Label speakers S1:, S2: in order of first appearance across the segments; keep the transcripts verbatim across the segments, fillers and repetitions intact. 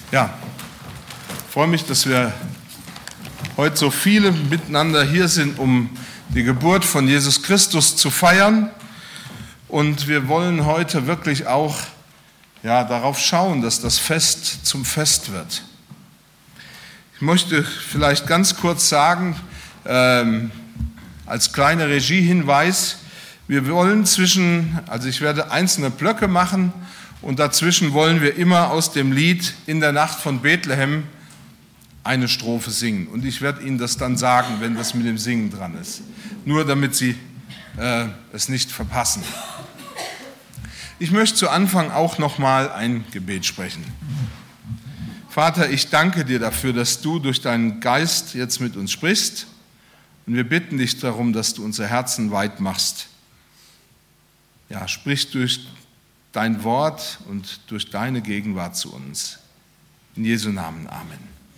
S1: Ja, ich freue mich, dass wir heute so viele miteinander hier sind, um die Geburt von Jesus Christus zu feiern. Und wir wollen heute wirklich auch ja, darauf schauen, dass das Fest zum Fest wird. Ich möchte vielleicht ganz kurz sagen, ähm, als kleiner Regiehinweis, wir wollen zwischen, also ich werde einzelne Blöcke machen und dazwischen wollen wir immer aus dem Lied In der Nacht von Bethlehem eine Strophe singen. Und ich werde Ihnen das dann sagen, wenn das mit dem Singen dran ist. Nur damit Sie äh, es nicht verpassen. Ich möchte zu Anfang auch nochmal ein Gebet sprechen. Vater, ich danke dir dafür, dass du durch deinen Geist jetzt mit uns sprichst. Und wir bitten dich darum, dass du unser Herzen weit machst. Ja, sprich durch dein Wort und durch deine Gegenwart zu uns. In Jesu Namen, Amen.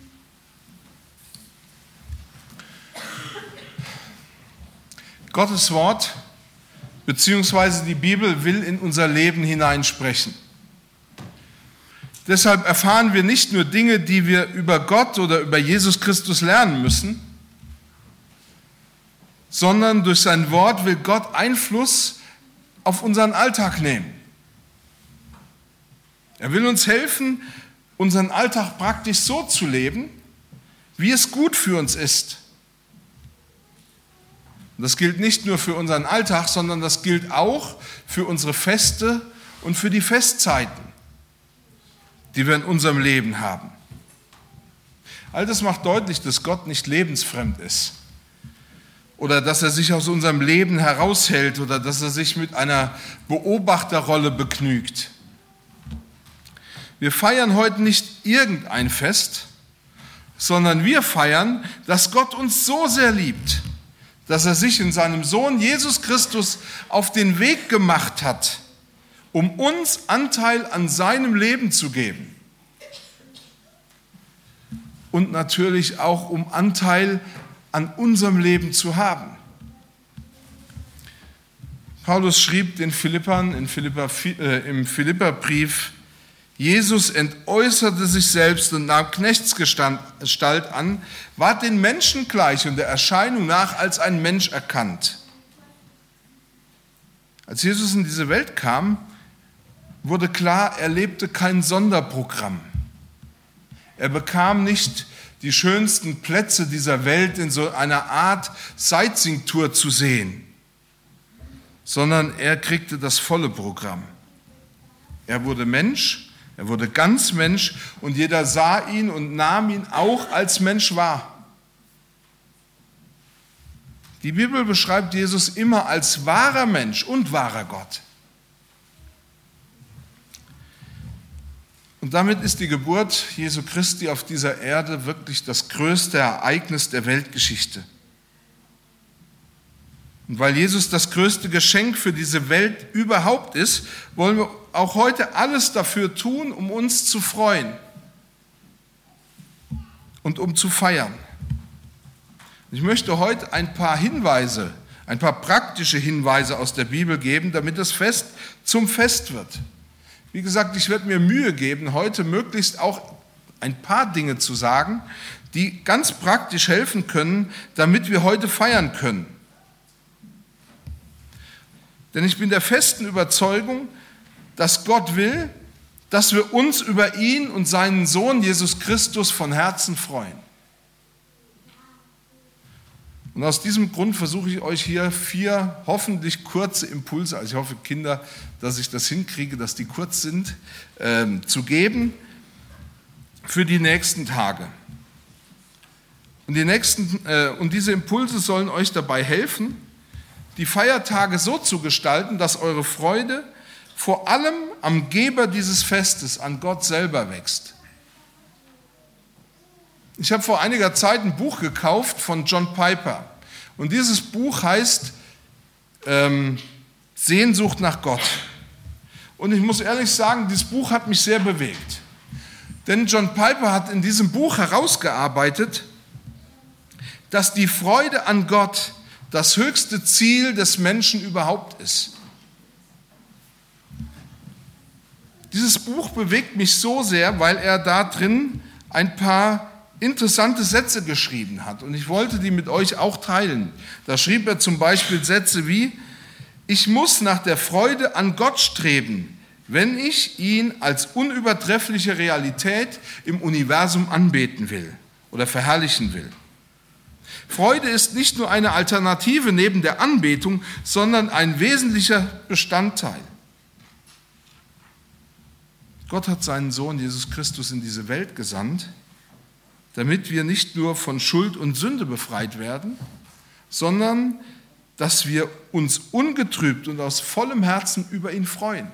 S1: Gottes Wort beziehungsweise die Bibel will in unser Leben hineinsprechen. Deshalb erfahren wir nicht nur Dinge, die wir über Gott oder über Jesus Christus lernen müssen, sondern durch sein Wort will Gott Einfluss auf unseren Alltag nehmen. Er will uns helfen, unseren Alltag praktisch so zu leben, wie es gut für uns ist. Und das gilt nicht nur für unseren Alltag, sondern das gilt auch für unsere Feste und für die Festzeiten, die wir in unserem Leben haben. All das macht deutlich, dass Gott nicht lebensfremd ist oder dass er sich aus unserem Leben heraushält oder dass er sich mit einer Beobachterrolle begnügt. Wir feiern heute nicht irgendein Fest, sondern wir feiern, dass Gott uns so sehr liebt, dass er sich in seinem Sohn Jesus Christus auf den Weg gemacht hat, um uns Anteil an seinem Leben zu geben. Und natürlich auch, um Anteil an unserem Leben zu haben. Paulus schrieb den Philippern in Philipper, äh, im Philipperbrief, Jesus entäußerte sich selbst und nahm Knechtsgestalt an, ward den Menschen gleich und der Erscheinung nach als ein Mensch erkannt. Als Jesus in diese Welt kam, wurde klar, er lebte kein Sonderprogramm. Er bekam nicht die schönsten Plätze dieser Welt in so einer Art Sightseeing-Tour zu sehen, sondern er kriegte das volle Programm. Er wurde Mensch, er wurde ganz Mensch und jeder sah ihn und nahm ihn auch als Mensch wahr. Die Bibel beschreibt Jesus immer als wahrer Mensch und wahrer Gott. Und damit ist die Geburt Jesu Christi auf dieser Erde wirklich das größte Ereignis der Weltgeschichte. Und weil Jesus das größte Geschenk für diese Welt überhaupt ist, wollen wir auch heute alles dafür tun, um uns zu freuen und um zu feiern. Ich möchte heute ein paar Hinweise, ein paar praktische Hinweise aus der Bibel geben, damit das Fest zum Fest wird. Wie gesagt, ich werde mir Mühe geben, heute möglichst auch ein paar Dinge zu sagen, die ganz praktisch helfen können, damit wir heute feiern können. Denn ich bin der festen Überzeugung, dass Gott will, dass wir uns über ihn und seinen Sohn Jesus Christus von Herzen freuen. Und aus diesem Grund versuche ich euch hier vier hoffentlich kurze Impulse, also ich hoffe, Kinder, dass ich das hinkriege, dass die kurz sind, äh, zu geben für die nächsten Tage. Und, die nächsten, äh, und diese Impulse sollen euch dabei helfen, die Feiertage so zu gestalten, dass eure Freude vor allem am Geber dieses Festes, an Gott selber wächst. Ich habe vor einiger Zeit ein Buch gekauft von John Piper. Und dieses Buch heißt ähm, Sehnsucht nach Gott. Und ich muss ehrlich sagen, dieses Buch hat mich sehr bewegt. Denn John Piper hat in diesem Buch herausgearbeitet, dass die Freude an Gott das höchste Ziel des Menschen überhaupt ist. Dieses Buch bewegt mich so sehr, weil er da drin ein paar interessante Sätze geschrieben hat. Und ich wollte die mit euch auch teilen. Da schrieb er zum Beispiel Sätze wie: Ich muss nach der Freude an Gott streben, wenn ich ihn als unübertreffliche Realität im Universum anbeten will oder verherrlichen will. Freude ist nicht nur eine Alternative neben der Anbetung, sondern ein wesentlicher Bestandteil. Gott hat seinen Sohn Jesus Christus in diese Welt gesandt, damit wir nicht nur von Schuld und Sünde befreit werden, sondern dass wir uns ungetrübt und aus vollem Herzen über ihn freuen.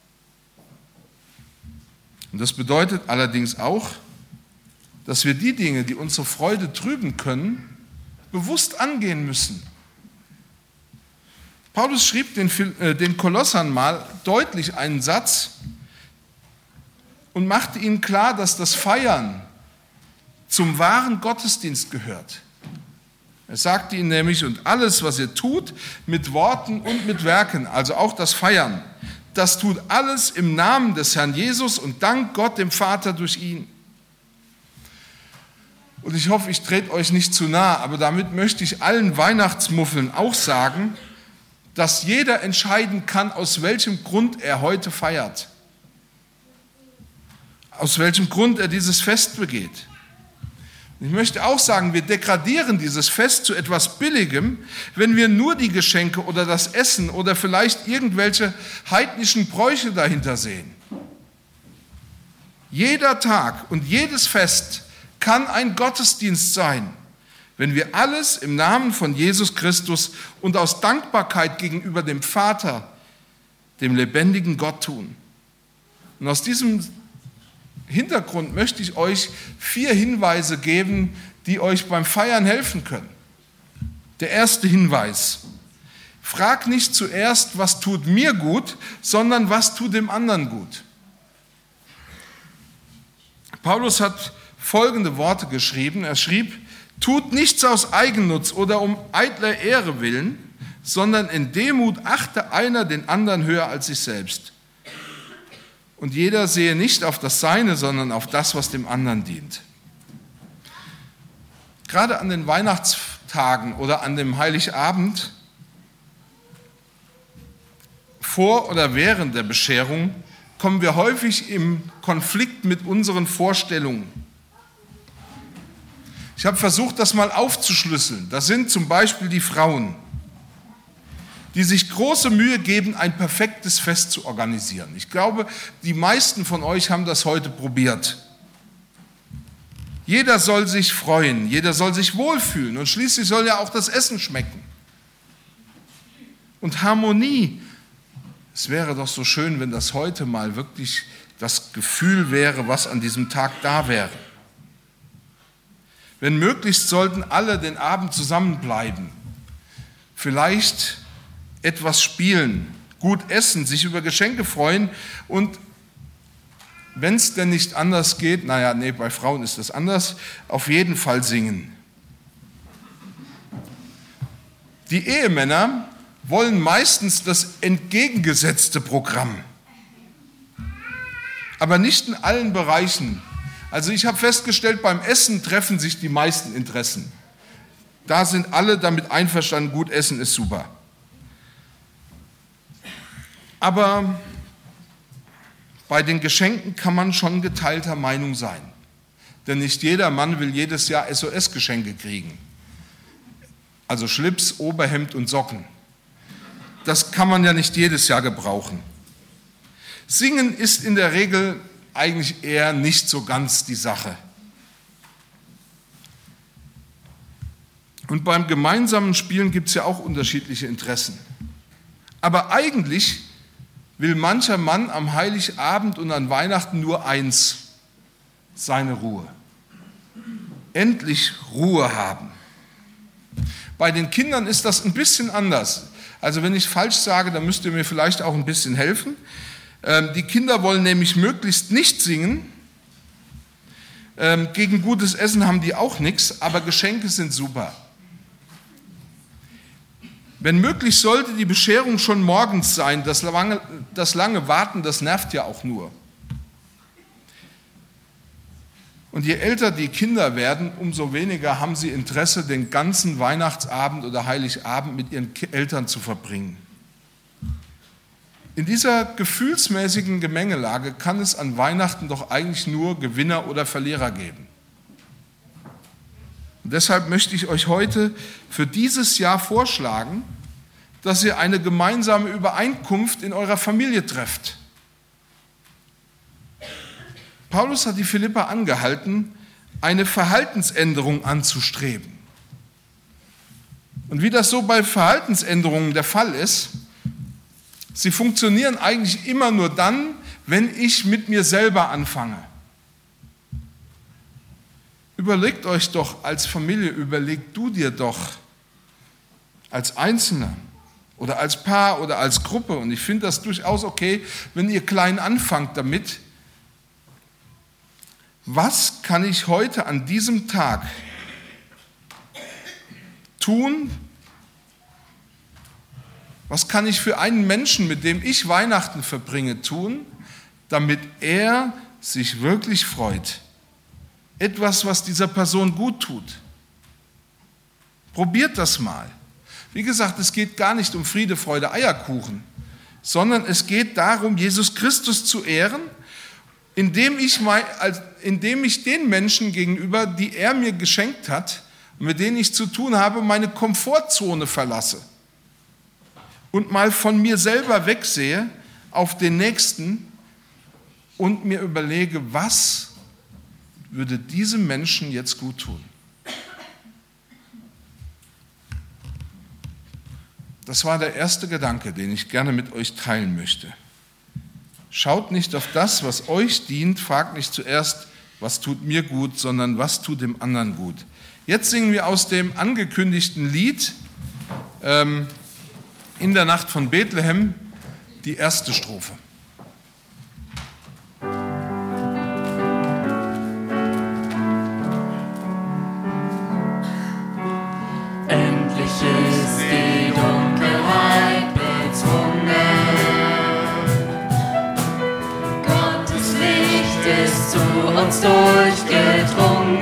S1: Und das bedeutet allerdings auch, dass wir die Dinge, die unsere Freude trüben können, bewusst angehen müssen. Paulus schrieb den, äh, den Kolossern mal deutlich einen Satz und machte ihnen klar, dass das Feiern zum wahren Gottesdienst gehört. Er sagte ihnen nämlich: Und alles, was ihr tut, mit Worten und mit Werken, also auch das Feiern, das tut alles im Namen des Herrn Jesus und dank Gott dem Vater durch ihn. Und ich hoffe, ich trete euch nicht zu nah, aber damit möchte ich allen Weihnachtsmuffeln auch sagen, dass jeder entscheiden kann, aus welchem Grund er heute feiert. Aus welchem Grund er dieses Fest begeht. Ich möchte auch sagen, wir degradieren dieses Fest zu etwas Billigem, wenn wir nur die Geschenke oder das Essen oder vielleicht irgendwelche heidnischen Bräuche dahinter sehen. Jeder Tag und jedes Fest kann ein Gottesdienst sein, wenn wir alles im Namen von Jesus Christus und aus Dankbarkeit gegenüber dem Vater, dem lebendigen Gott tun. Und aus diesem Hintergrund möchte ich euch vier Hinweise geben, die euch beim Feiern helfen können. Der erste Hinweis: Frag nicht zuerst, was tut mir gut, sondern was tut dem anderen gut. Paulus hat folgende Worte geschrieben. Er schrieb: Tut nichts aus Eigennutz oder um eitler Ehre willen, sondern in Demut achte einer den anderen höher als sich selbst. Und jeder sehe nicht auf das Seine, sondern auf das, was dem anderen dient. Gerade an den Weihnachtstagen oder an dem Heiligabend, vor oder während der Bescherung, kommen wir häufig im Konflikt mit unseren Vorstellungen. Ich habe versucht, das mal aufzuschlüsseln. Das sind zum Beispiel die Frauen, die sich große Mühe geben, ein perfektes Fest zu organisieren. Ich glaube, die meisten von euch haben das heute probiert. Jeder soll sich freuen, jeder soll sich wohlfühlen und schließlich soll ja auch das Essen schmecken. Und Harmonie, es wäre doch so schön, wenn das heute mal wirklich das Gefühl wäre, was an diesem Tag da wäre. Wenn möglichst sollten alle den Abend zusammenbleiben, vielleicht etwas spielen, gut essen, sich über Geschenke freuen und wenn es denn nicht anders geht, naja, nee, bei Frauen ist das anders, auf jeden Fall singen. Die Ehemänner wollen meistens das entgegengesetzte Programm, aber nicht in allen Bereichen. Also ich habe festgestellt, beim Essen treffen sich die meisten Interessen. Da sind alle damit einverstanden, gut essen ist super. Aber bei den Geschenken kann man schon geteilter Meinung sein. Denn nicht jeder Mann will jedes Jahr S O S-Geschenke kriegen. Also Schlips, Oberhemd und Socken. Das kann man ja nicht jedes Jahr gebrauchen. Singen ist in der Regel eigentlich eher nicht so ganz die Sache. Und beim gemeinsamen Spielen gibt es ja auch unterschiedliche Interessen. Aber eigentlich will mancher Mann am Heiligabend und an Weihnachten nur eins: seine Ruhe. Endlich Ruhe haben. Bei den Kindern ist das ein bisschen anders. Also wenn ich falsch sage, dann müsst ihr mir vielleicht auch ein bisschen helfen. Die Kinder wollen nämlich möglichst nicht singen. Gegen gutes Essen haben die auch nichts, aber Geschenke sind super. Wenn möglich sollte die Bescherung schon morgens sein. Das lange, das lange Warten, das nervt ja auch nur. Und je älter die Kinder werden, umso weniger haben sie Interesse, den ganzen Weihnachtsabend oder Heiligabend mit ihren Eltern zu verbringen. In dieser gefühlsmäßigen Gemengelage kann es an Weihnachten doch eigentlich nur Gewinner oder Verlierer geben. Und deshalb möchte ich euch heute für dieses Jahr vorschlagen, dass ihr eine gemeinsame Übereinkunft in eurer Familie trefft. Paulus hat die Philipper angehalten, eine Verhaltensänderung anzustreben. Und wie das so bei Verhaltensänderungen der Fall ist, sie funktionieren eigentlich immer nur dann, wenn ich mit mir selber anfange. Überlegt euch doch als Familie, überleg du dir doch als Einzelner oder als Paar oder als Gruppe, und ich finde das durchaus okay, wenn ihr klein anfangt damit, was kann ich heute an diesem Tag tun? Was kann ich für einen Menschen, mit dem ich Weihnachten verbringe, tun, damit er sich wirklich freut? Etwas, was dieser Person gut tut. Probiert das mal. Wie gesagt, es geht gar nicht um Friede, Freude, Eierkuchen, sondern es geht darum, Jesus Christus zu ehren, indem ich, mein, indem ich den Menschen gegenüber, die er mir geschenkt hat, mit denen ich zu tun habe, meine Komfortzone verlasse und mal von mir selber wegsehe auf den Nächsten und mir überlege, was würde diesem Menschen jetzt gut tun. Das war der erste Gedanke, den ich gerne mit euch teilen möchte. Schaut nicht auf das, was euch dient, fragt nicht zuerst, was tut mir gut, sondern was tut dem anderen gut. Jetzt singen wir aus dem angekündigten Lied ähm, In der Nacht von Bethlehem die erste Strophe.
S2: Endlich ist die Dunkelheit bezwungen. Gottes Licht ist zu uns durchgedrungen.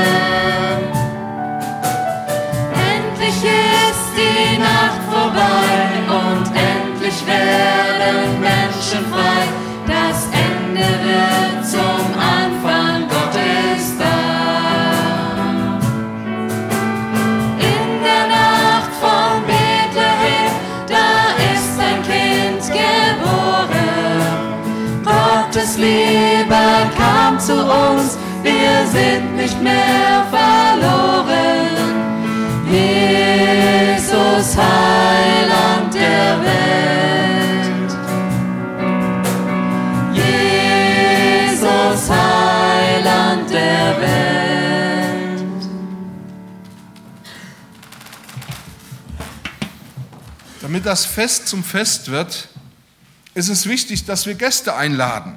S2: Endlich ist die Nacht vorbei und endlich werden Menschen frei. Das Ende wird zum Anfang, Gott ist da. In der Nacht von Bethlehem, da ist ein Kind geboren. Gottes Liebe kam zu uns, wir sind nicht mehr verloren. Jesus, Heiland der Welt. Jesus, Heiland der Welt.
S1: Damit das Fest zum Fest wird, ist es wichtig, dass wir Gäste einladen.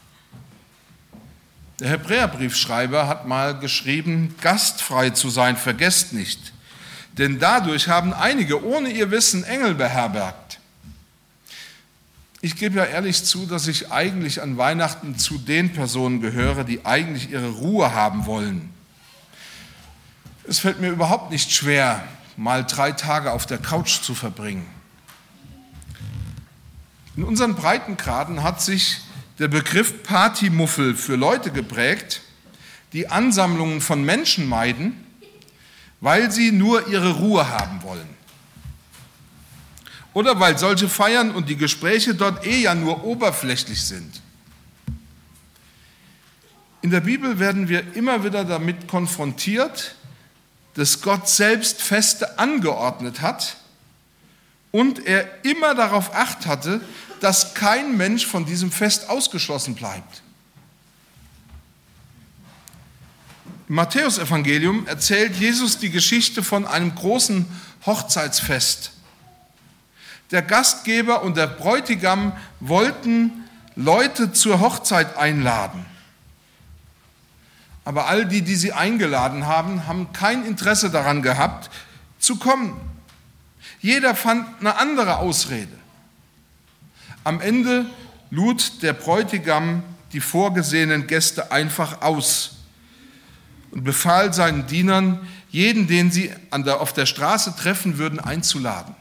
S1: Der Hebräerbriefschreiber hat mal geschrieben, gastfrei zu sein, vergesst nicht. Denn dadurch haben einige ohne ihr Wissen Engel beherbergt. Ich gebe ja ehrlich zu, dass ich eigentlich an Weihnachten zu den Personen gehöre, die eigentlich ihre Ruhe haben wollen. Es fällt mir überhaupt nicht schwer, mal drei Tage auf der Couch zu verbringen. In unseren Breitengraden hat sich der Begriff Partymuffel für Leute geprägt, die Ansammlungen von Menschen meiden, weil sie nur ihre Ruhe haben wollen. Oder weil solche Feiern und die Gespräche dort eh ja nur oberflächlich sind. In der Bibel werden wir immer wieder damit konfrontiert, dass Gott selbst Feste angeordnet hat und er immer darauf Acht hatte, dass kein Mensch von diesem Fest ausgeschlossen bleibt. Im Matthäusevangelium erzählt Jesus die Geschichte von einem großen Hochzeitsfest. Der Gastgeber und der Bräutigam wollten Leute zur Hochzeit einladen. Aber all die, die sie eingeladen haben, haben kein Interesse daran gehabt, zu kommen. Jeder fand eine andere Ausrede. Am Ende lud der Bräutigam die vorgesehenen Gäste einfach aus. und befahl seinen Dienern, jeden, den sie an der, auf der Straße treffen würden, einzuladen.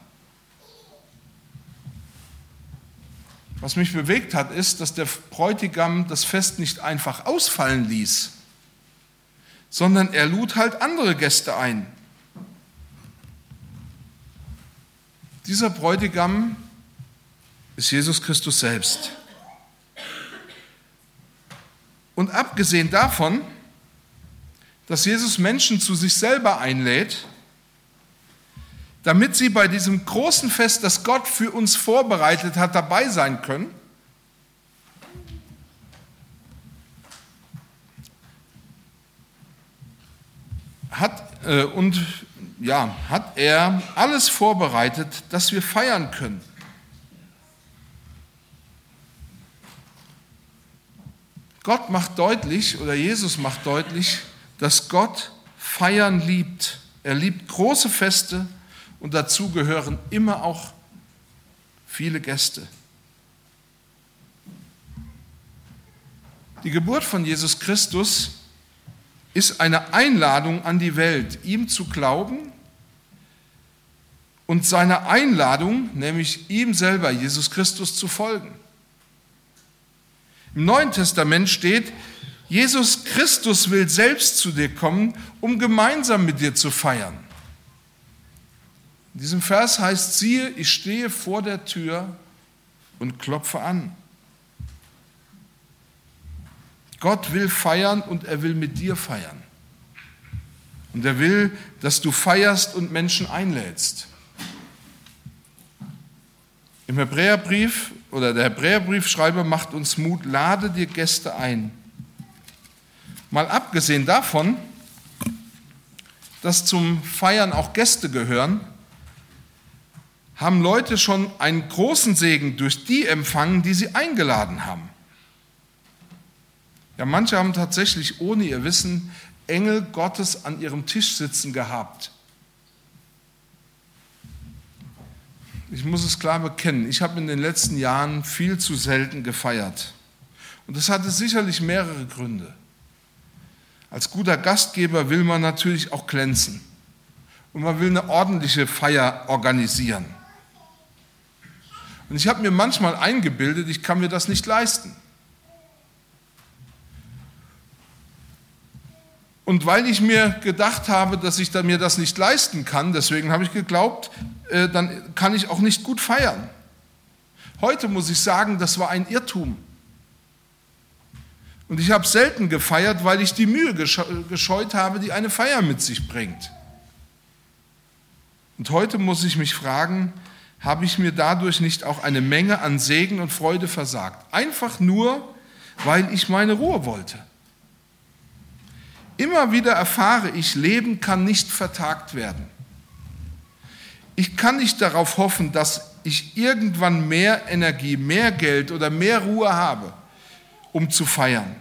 S1: Was mich bewegt hat, ist, dass der Bräutigam das Fest nicht einfach ausfallen ließ, sondern er lud halt andere Gäste ein. Dieser Bräutigam ist Jesus Christus selbst. Und abgesehen davon, dass Jesus Menschen zu sich selber einlädt, damit sie bei diesem großen Fest, das Gott für uns vorbereitet hat, dabei sein können, hat, äh, und, ja, hat er alles vorbereitet, dass wir feiern können. Gott macht deutlich, oder Jesus macht deutlich, dass Gott Feiern liebt. Er liebt große Feste und dazu gehören immer auch viele Gäste. Die Geburt von Jesus Christus ist eine Einladung an die Welt, ihm zu glauben und seiner Einladung, nämlich ihm selber, Jesus Christus, zu folgen. Im Neuen Testament steht, Jesus Christus will selbst zu dir kommen, um gemeinsam mit dir zu feiern. In diesem Vers heißt, siehe, ich stehe vor der Tür und klopfe an. Gott will feiern und er will mit dir feiern. Und er will, dass du feierst und Menschen einlädst. Im Hebräerbrief, oder der Hebräerbriefschreiber macht uns Mut, lade dir Gäste ein. Mal abgesehen davon, dass zum Feiern auch Gäste gehören, haben Leute schon einen großen Segen durch die empfangen, die sie eingeladen haben. Ja, manche haben tatsächlich ohne ihr Wissen Engel Gottes an ihrem Tisch sitzen gehabt. Ich muss es klar bekennen, ich habe in den letzten Jahren viel zu selten gefeiert. Und das hatte sicherlich mehrere Gründe. Als guter Gastgeber will man natürlich auch glänzen. Und man will eine ordentliche Feier organisieren. Und ich habe mir manchmal eingebildet, ich kann mir das nicht leisten. Und weil ich mir gedacht habe, dass ich mir das nicht leisten kann, deswegen habe ich geglaubt, äh, dann kann ich auch nicht gut feiern. Heute muss ich sagen, das war ein Irrtum. Und ich habe selten gefeiert, weil ich die Mühe gescheut habe, die eine Feier mit sich bringt. Und heute muss ich mich fragen, habe ich mir dadurch nicht auch eine Menge an Segen und Freude versagt? Einfach nur, weil ich meine Ruhe wollte. Immer wieder erfahre ich, Leben kann nicht vertagt werden. Ich kann nicht darauf hoffen, dass ich irgendwann mehr Energie, mehr Geld oder mehr Ruhe habe, um zu feiern.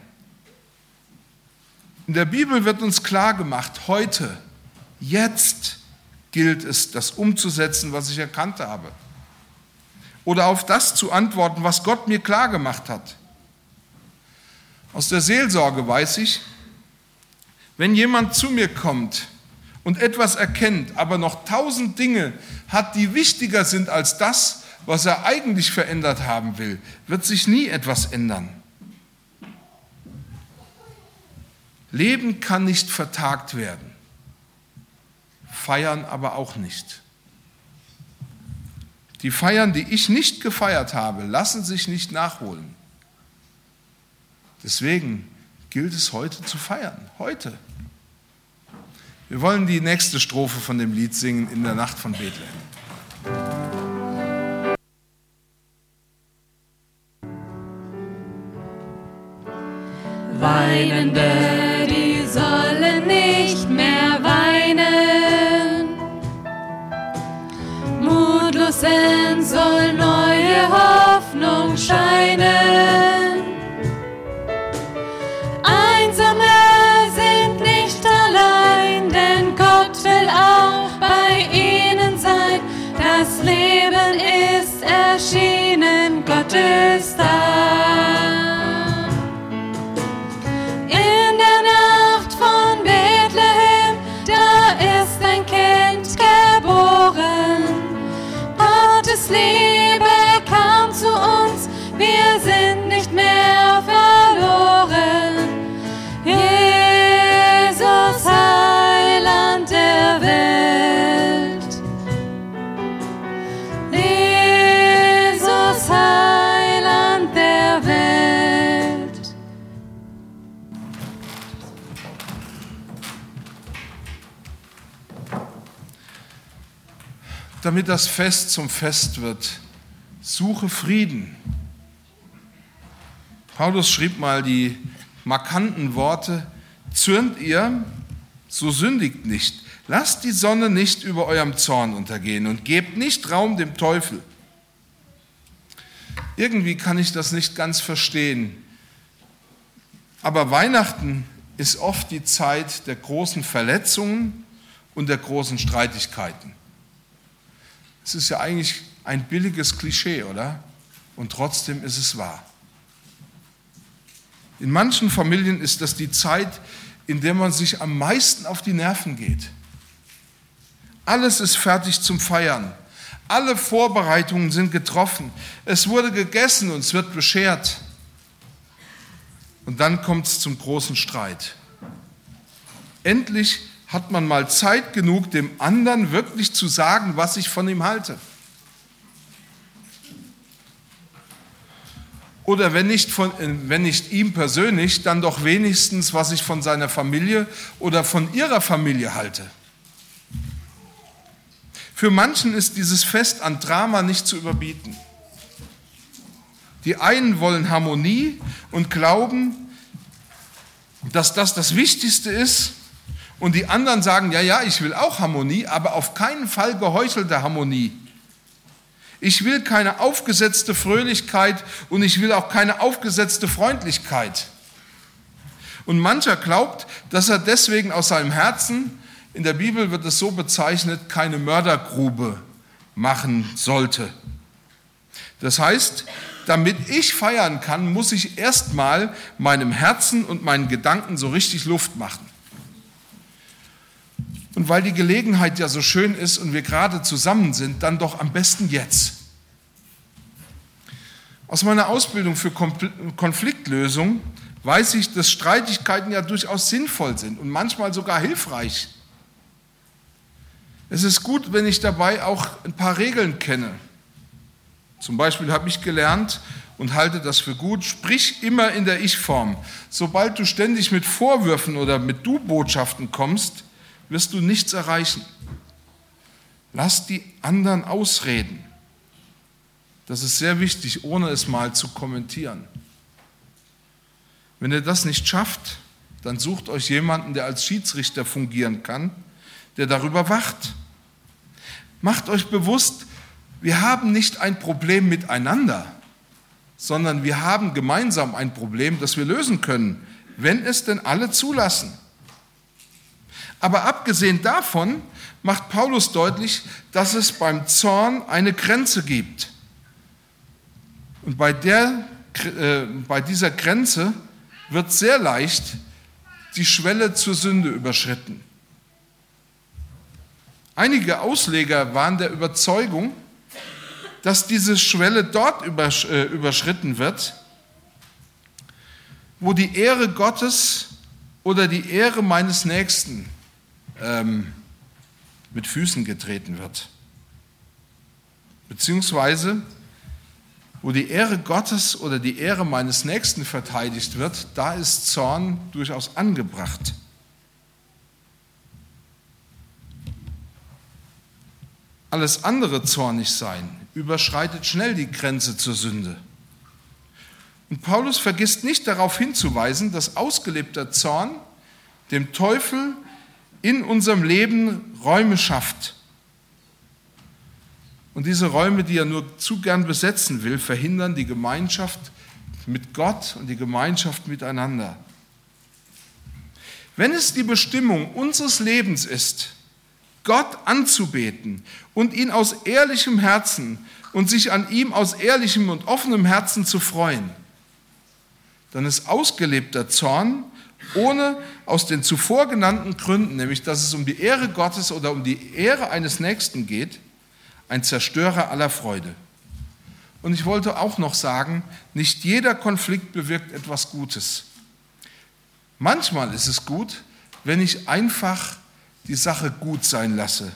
S1: In der Bibel wird uns klar gemacht, heute, jetzt gilt es, das umzusetzen, was ich erkannt habe. Oder auf das zu antworten, was Gott mir klar gemacht hat. Aus der Seelsorge weiß ich, wenn jemand zu mir kommt und etwas erkennt, aber noch tausend Dinge hat, die wichtiger sind als das, was er eigentlich verändert haben will, wird sich nie etwas ändern. Leben kann nicht vertagt werden, feiern aber auch nicht. Die Feiern, die ich nicht gefeiert habe, lassen sich nicht nachholen. Deswegen gilt es heute zu feiern, heute. Wir wollen die nächste Strophe von dem Lied singen, In der Nacht von Bethlehem.
S2: Weinende, die sollen nicht mehr weinen. Mutlosen soll neue Hoffnung scheinen. Einsame sind nicht allein, denn Gott will auch bei ihnen sein. Das Leben ist erschienen, Gott ist da. In der Nacht von Bethlehem
S1: damit das Fest zum Fest wird. Suche Frieden. Paulus schrieb mal die markanten Worte: Zürnt ihr, so sündigt nicht. Lasst die Sonne nicht über eurem Zorn untergehen und gebt nicht Raum dem Teufel. Irgendwie kann ich das nicht ganz verstehen. Aber Weihnachten ist oft die Zeit der großen Verletzungen und der großen Streitigkeiten. Es ist ja eigentlich ein billiges Klischee, oder? Und trotzdem ist es wahr. In manchen Familien ist das die Zeit, in der man sich am meisten auf die Nerven geht. Alles ist fertig zum Feiern. Alle Vorbereitungen sind getroffen. Es wurde gegessen und es wird beschert. Und dann kommt es zum großen Streit. Endlich hat man mal Zeit genug, dem anderen wirklich zu sagen, was ich von ihm halte. Oder wenn nicht, von, wenn nicht ihm persönlich, dann doch wenigstens, was ich von seiner Familie oder von ihrer Familie halte. Für manchen ist dieses Fest an Drama nicht zu überbieten. Die einen wollen Harmonie und glauben, dass das das Wichtigste ist, und die anderen sagen, ja, ja, ich will auch Harmonie, aber auf keinen Fall geheuchelte Harmonie. Ich will keine aufgesetzte Fröhlichkeit und ich will auch keine aufgesetzte Freundlichkeit. Und mancher glaubt, dass er deswegen aus seinem Herzen, in der Bibel wird es so bezeichnet, keine Mördergrube machen sollte. Das heißt, damit ich feiern kann, muss ich erstmal meinem Herzen und meinen Gedanken so richtig Luft machen. Und weil die Gelegenheit ja so schön ist und wir gerade zusammen sind, dann doch am besten jetzt. Aus meiner Ausbildung für Konfliktlösung weiß ich, dass Streitigkeiten ja durchaus sinnvoll sind und manchmal sogar hilfreich. Es ist gut, wenn ich dabei auch ein paar Regeln kenne. Zum Beispiel habe ich gelernt und halte das für gut: Sprich immer in der Ich-Form. Sobald du ständig mit Vorwürfen oder mit Du-Botschaften kommst, wirst du nichts erreichen. Lass die anderen ausreden. Das ist sehr wichtig, ohne es mal zu kommentieren. Wenn ihr das nicht schafft, dann sucht euch jemanden, der als Schiedsrichter fungieren kann, der darüber wacht. Macht euch bewusst, wir haben nicht ein Problem miteinander, sondern wir haben gemeinsam ein Problem, das wir lösen können, wenn es denn alle zulassen. Aber abgesehen davon macht Paulus deutlich, dass es beim Zorn eine Grenze gibt. Und bei, der, äh, bei dieser Grenze wird sehr leicht die Schwelle zur Sünde überschritten. Einige Ausleger waren der Überzeugung, dass diese Schwelle dort übersch- äh, überschritten wird, wo die Ehre Gottes oder die Ehre meines Nächsten ähm, mit Füßen getreten wird. Beziehungsweise, wo die Ehre Gottes oder die Ehre meines Nächsten verteidigt wird, da ist Zorn durchaus angebracht. Alles andere zornig sein überschreitet schnell die Grenze zur Sünde. Und Paulus vergisst nicht darauf hinzuweisen, dass ausgelebter Zorn dem Teufel in unserem Leben Räume schafft. Und diese Räume, die er nur zu gern besetzen will, verhindern die Gemeinschaft mit Gott und die Gemeinschaft miteinander. Wenn es die Bestimmung unseres Lebens ist, Gott anzubeten und ihn aus ehrlichem Herzen und sich an ihm aus ehrlichem und offenem Herzen zu freuen, dann ist ausgelebter Zorn, ohne aus den zuvor genannten Gründen, nämlich dass es um die Ehre Gottes oder um die Ehre eines Nächsten geht, ein Zerstörer aller Freude. Und ich wollte auch noch sagen, nicht jeder Konflikt bewirkt etwas Gutes. Manchmal ist es gut, wenn ich einfach die Sache gut sein lasse,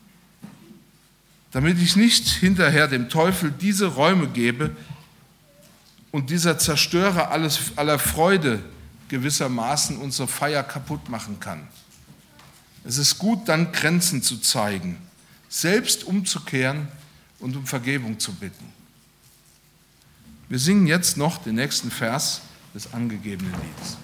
S1: damit ich nicht hinterher dem Teufel diese Räume gebe und dieser Zerstörer alles, aller Freude gewissermaßen unsere Feier kaputt machen kann. Es ist gut, dann Grenzen zu zeigen, selbst umzukehren und um Vergebung zu bitten. Wir singen jetzt noch den nächsten Vers des angegebenen Liedes.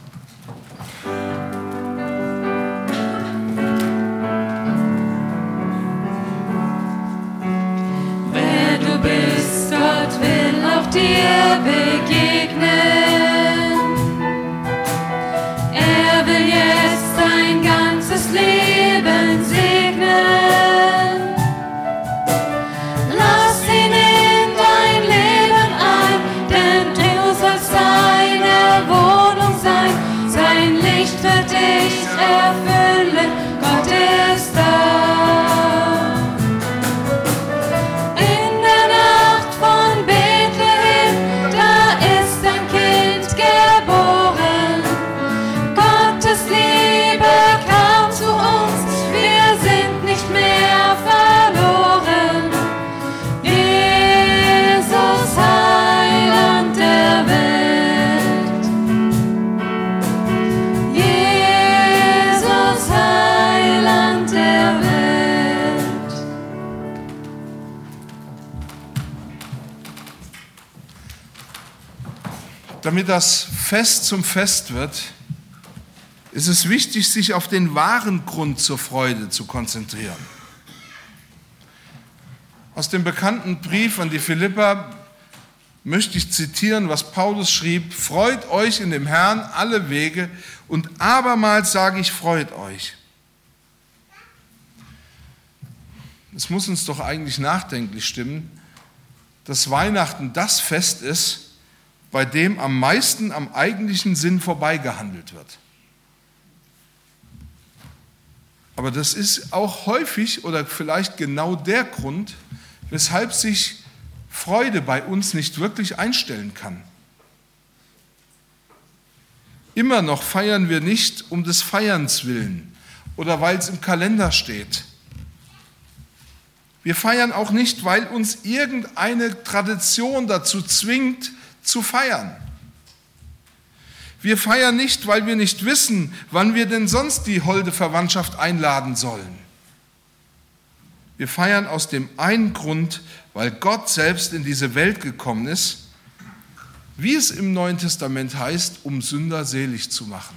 S2: Wer du bist, Gott will auch dir begegnen. Er will jetzt dein ganzes Leben segnen. Lass ihn in dein Leben ein, denn du sollst seine Wohnung sein. Sein Licht wird dich erfüllen, Gott ist da. In der Nacht von Bethlehem, da ist ein Kind geboren. Gottes Liebe kam zu uns, wir sind nicht mehr verloren. Jesus, Heiland der Welt. Jesus, Heiland der Welt.
S1: Damit das Fest zum Fest wird, ist es wichtig, sich auf den wahren Grund zur Freude zu konzentrieren. Aus dem bekannten Brief an die Philipper möchte ich zitieren, was Paulus schrieb: Freut euch in dem Herrn alle Wege, und abermals sage ich, freut euch. Es muss uns doch eigentlich nachdenklich stimmen, dass Weihnachten das Fest ist, bei dem am meisten am eigentlichen Sinn vorbeigehandelt wird. Aber das ist auch häufig oder vielleicht genau der Grund, weshalb sich Freude bei uns nicht wirklich einstellen kann. Immer noch feiern wir nicht um des Feierns willen oder weil es im Kalender steht. Wir feiern auch nicht, weil uns irgendeine Tradition dazu zwingt, zu feiern. Wir feiern nicht, weil wir nicht wissen, wann wir denn sonst die holde Verwandtschaft einladen sollen. Wir feiern aus dem einen Grund, weil Gott selbst in diese Welt gekommen ist, wie es im Neuen Testament heißt, um Sünder selig zu machen.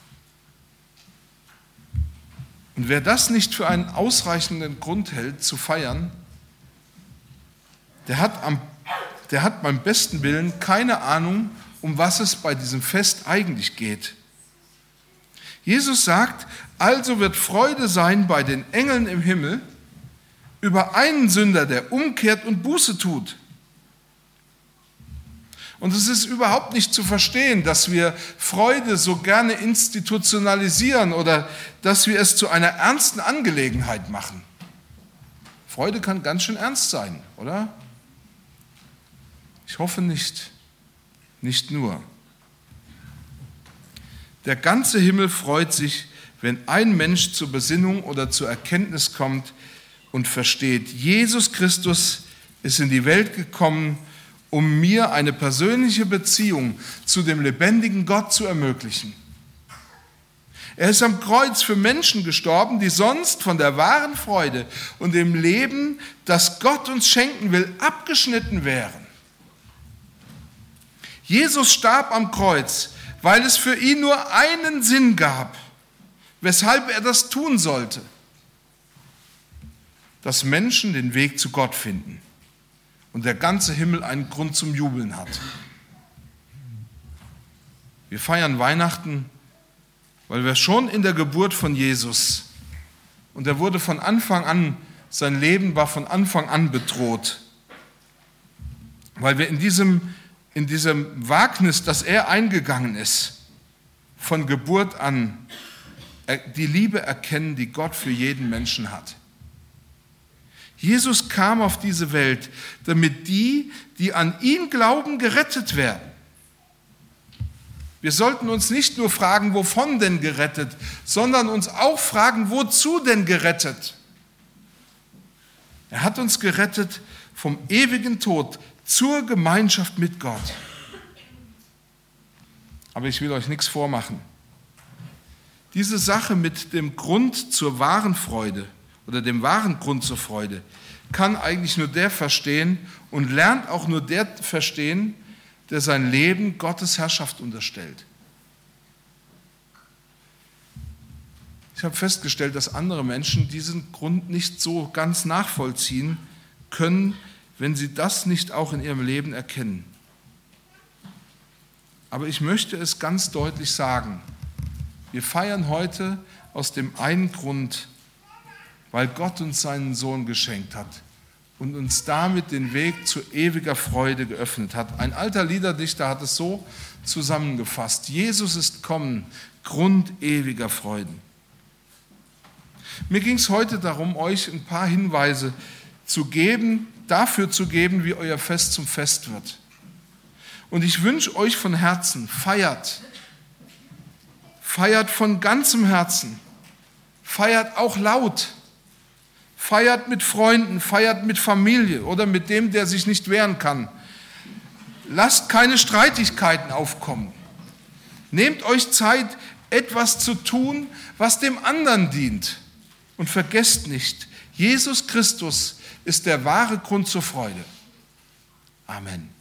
S1: Und wer das nicht für einen ausreichenden Grund hält, zu feiern, der hat, am, der hat beim besten Willen keine Ahnung, um was es bei diesem Fest eigentlich geht. Jesus sagt, also wird Freude sein bei den Engeln im Himmel über einen Sünder, der umkehrt und Buße tut. Und es ist überhaupt nicht zu verstehen, dass wir Freude so gerne institutionalisieren oder dass wir es zu einer ernsten Angelegenheit machen. Freude kann ganz schön ernst sein, oder? Ich hoffe nicht. Nicht nur. Der ganze Himmel freut sich, wenn ein Mensch zur Besinnung oder zur Erkenntnis kommt und versteht, Jesus Christus ist in die Welt gekommen, um mir eine persönliche Beziehung zu dem lebendigen Gott zu ermöglichen. Er ist am Kreuz für Menschen gestorben, die sonst von der wahren Freude und dem Leben, das Gott uns schenken will, abgeschnitten wären. Jesus starb am Kreuz, weil es für ihn nur einen Sinn gab, weshalb er das tun sollte: dass Menschen den Weg zu Gott finden und der ganze Himmel einen Grund zum Jubeln hat. Wir feiern Weihnachten, weil wir schon in der Geburt von Jesus, und er wurde von Anfang an, sein Leben war von Anfang an bedroht, weil wir in diesem in diesem Wagnis, das er eingegangen ist, von Geburt an die Liebe erkennen, die Gott für jeden Menschen hat. Jesus kam auf diese Welt, damit die, die an ihn glauben, gerettet werden. Wir sollten uns nicht nur fragen, wovon denn gerettet, sondern uns auch fragen, wozu denn gerettet? Er hat uns gerettet vom ewigen Tod zur Gemeinschaft mit Gott. Aber ich will euch nichts vormachen. Diese Sache mit dem Grund zur wahren Freude oder dem wahren Grund zur Freude, kann eigentlich nur der verstehen und lernt auch nur der verstehen, der sein Leben Gottes Herrschaft unterstellt. Ich habe festgestellt, dass andere Menschen diesen Grund nicht so ganz nachvollziehen können, wenn sie das nicht auch in ihrem Leben erkennen. Aber ich möchte es ganz deutlich sagen. Wir feiern heute aus dem einen Grund, weil Gott uns seinen Sohn geschenkt hat und uns damit den Weg zu ewiger Freude geöffnet hat. Ein alter Liederdichter hat es so zusammengefasst: Jesus ist kommen, Grund ewiger Freuden. Mir ging es heute darum, euch ein paar Hinweise zu geben, dafür zu geben, wie euer Fest zum Fest wird. Und ich wünsche euch von Herzen, feiert, feiert von ganzem Herzen, feiert auch laut, feiert mit Freunden, feiert mit Familie oder mit dem, der sich nicht wehren kann. Lasst keine Streitigkeiten aufkommen. Nehmt euch Zeit, etwas zu tun, was dem anderen dient. Und vergesst nicht, Jesus Christus ist der wahre Grund zur Freude. Amen.